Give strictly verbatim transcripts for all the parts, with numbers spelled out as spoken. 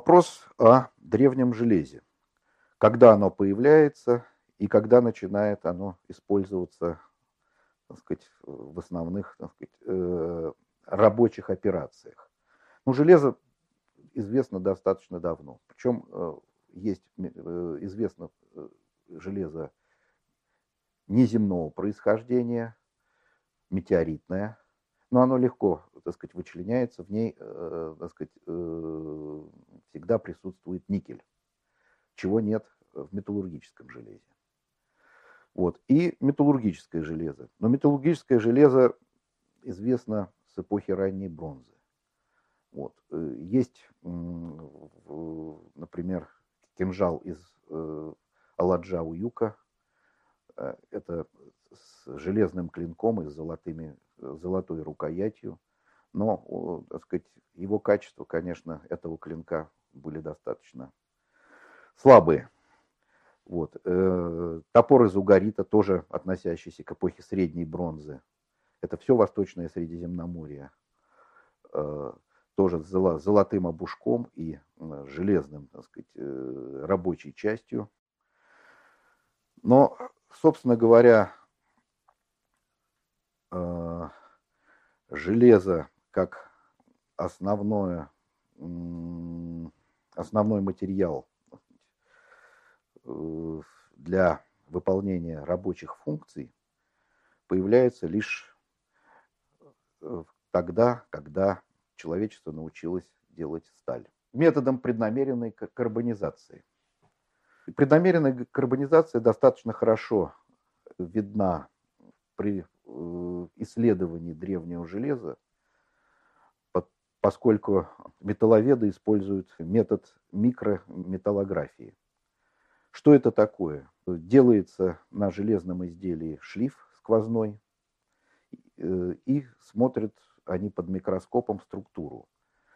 Вопрос о древнем железе. Когда оно появляется и когда начинает оно использоваться, так сказать, в основных, так сказать, э, рабочих операциях. Ну, железо известно достаточно давно. Причем э, есть э, известно э, железо неземного происхождения, метеоритное, но оно легко, так сказать, вычленяется, в ней, э, так сказать, э, всегда присутствует никель, чего нет в металлургическом железе. Вот. И металлургическое железо. Но металлургическое железо известно с эпохи ранней бронзы. Вот. Есть, например, кинжал из Аладжа-Уюка. Это с железным клинком и с золотыми, золотой рукоятью. Но, так сказать, его качества, конечно, этого клинка были достаточно слабые. Вот. Топор из угарита, тоже относящийся к эпохе средней бронзы. Это все Восточное Средиземноморье. Тоже с золотым обушком и железным, так сказать, рабочей частью. Но, собственно говоря, железо как основное, основной материал для выполнения рабочих функций появляется лишь тогда, когда человечество научилось делать сталь. Методом преднамеренной карбонизации. Преднамеренная карбонизация достаточно хорошо видна при исследовании древнего железа, поскольку металловеды используют метод микрометаллографии. Что это такое? Делается на железном изделии шлиф сквозной, и смотрят они под микроскопом структуру.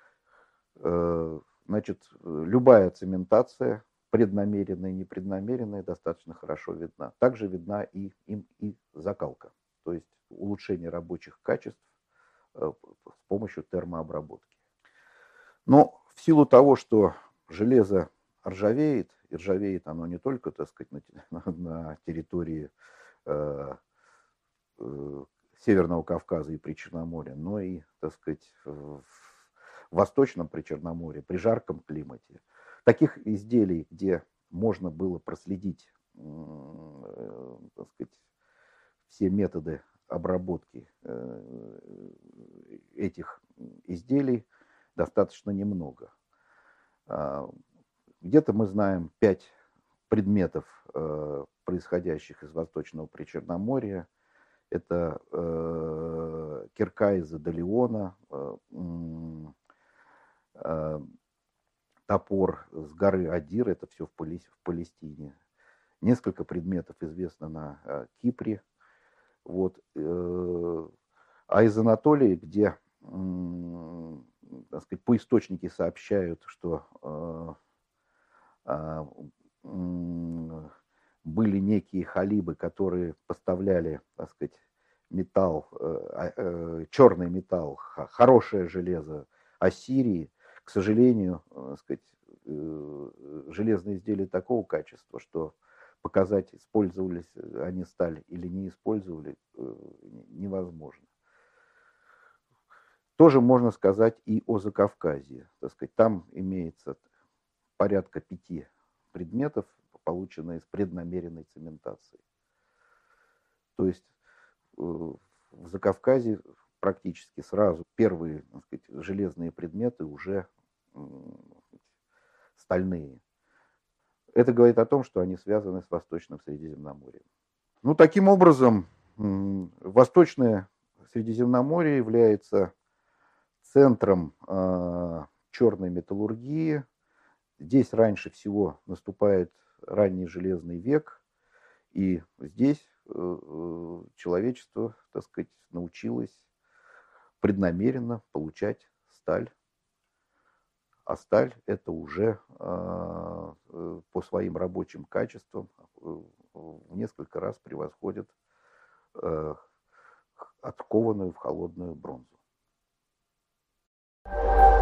Значит, любая цементация, преднамеренная и непреднамеренная, достаточно хорошо видна. Также видна и, им и закалка, то есть улучшение рабочих качеств с помощью термообработки. Но в силу того, что железо ржавеет, и ржавеет оно не только, так сказать, на, на территории э, э, Северного Кавказа и Причерноморья, но и, так сказать, в Восточном Причерноморье, при жарком климате. Таких изделий, где можно было проследить, э, так сказать, все методы обработки э, этих изделий, достаточно немного. Где-то мы знаем пять предметов, э, происходящих из Восточного Причерноморья. Это э, кирка из Адалиона, э, э, топор с горы Адир, это все в, Палес, в Палестине. Несколько предметов известно на э, Кипре. Вот. Э, а из Анатолии, где, э, так сказать, по источнике сообщают, что э, э, э, были некие халибы, которые поставляли, так сказать, металл, э, э, черный металл, хорошее железо Ассирии. К сожалению, так сказать, э, железные изделия такого качества, что показать, использовались они сталь или не использовали, э, невозможно. Тоже можно сказать и о Закавказье. Так сказать, там имеется порядка пяти предметов, полученные из преднамеренной цементации. То есть в Закавказье практически сразу первые, так сказать, железные предметы уже стальные. Это говорит о том, что они связаны с Восточным Средиземноморьем. Ну, таким образом, Восточное Средиземноморье является центром э, черной металлургии. Здесь раньше всего наступает ранний железный век, и здесь э, человечество, так сказать, научилось преднамеренно получать сталь. А сталь это уже э, по своим рабочим качествам в несколько раз превосходит э, откованную в холодную бронзу.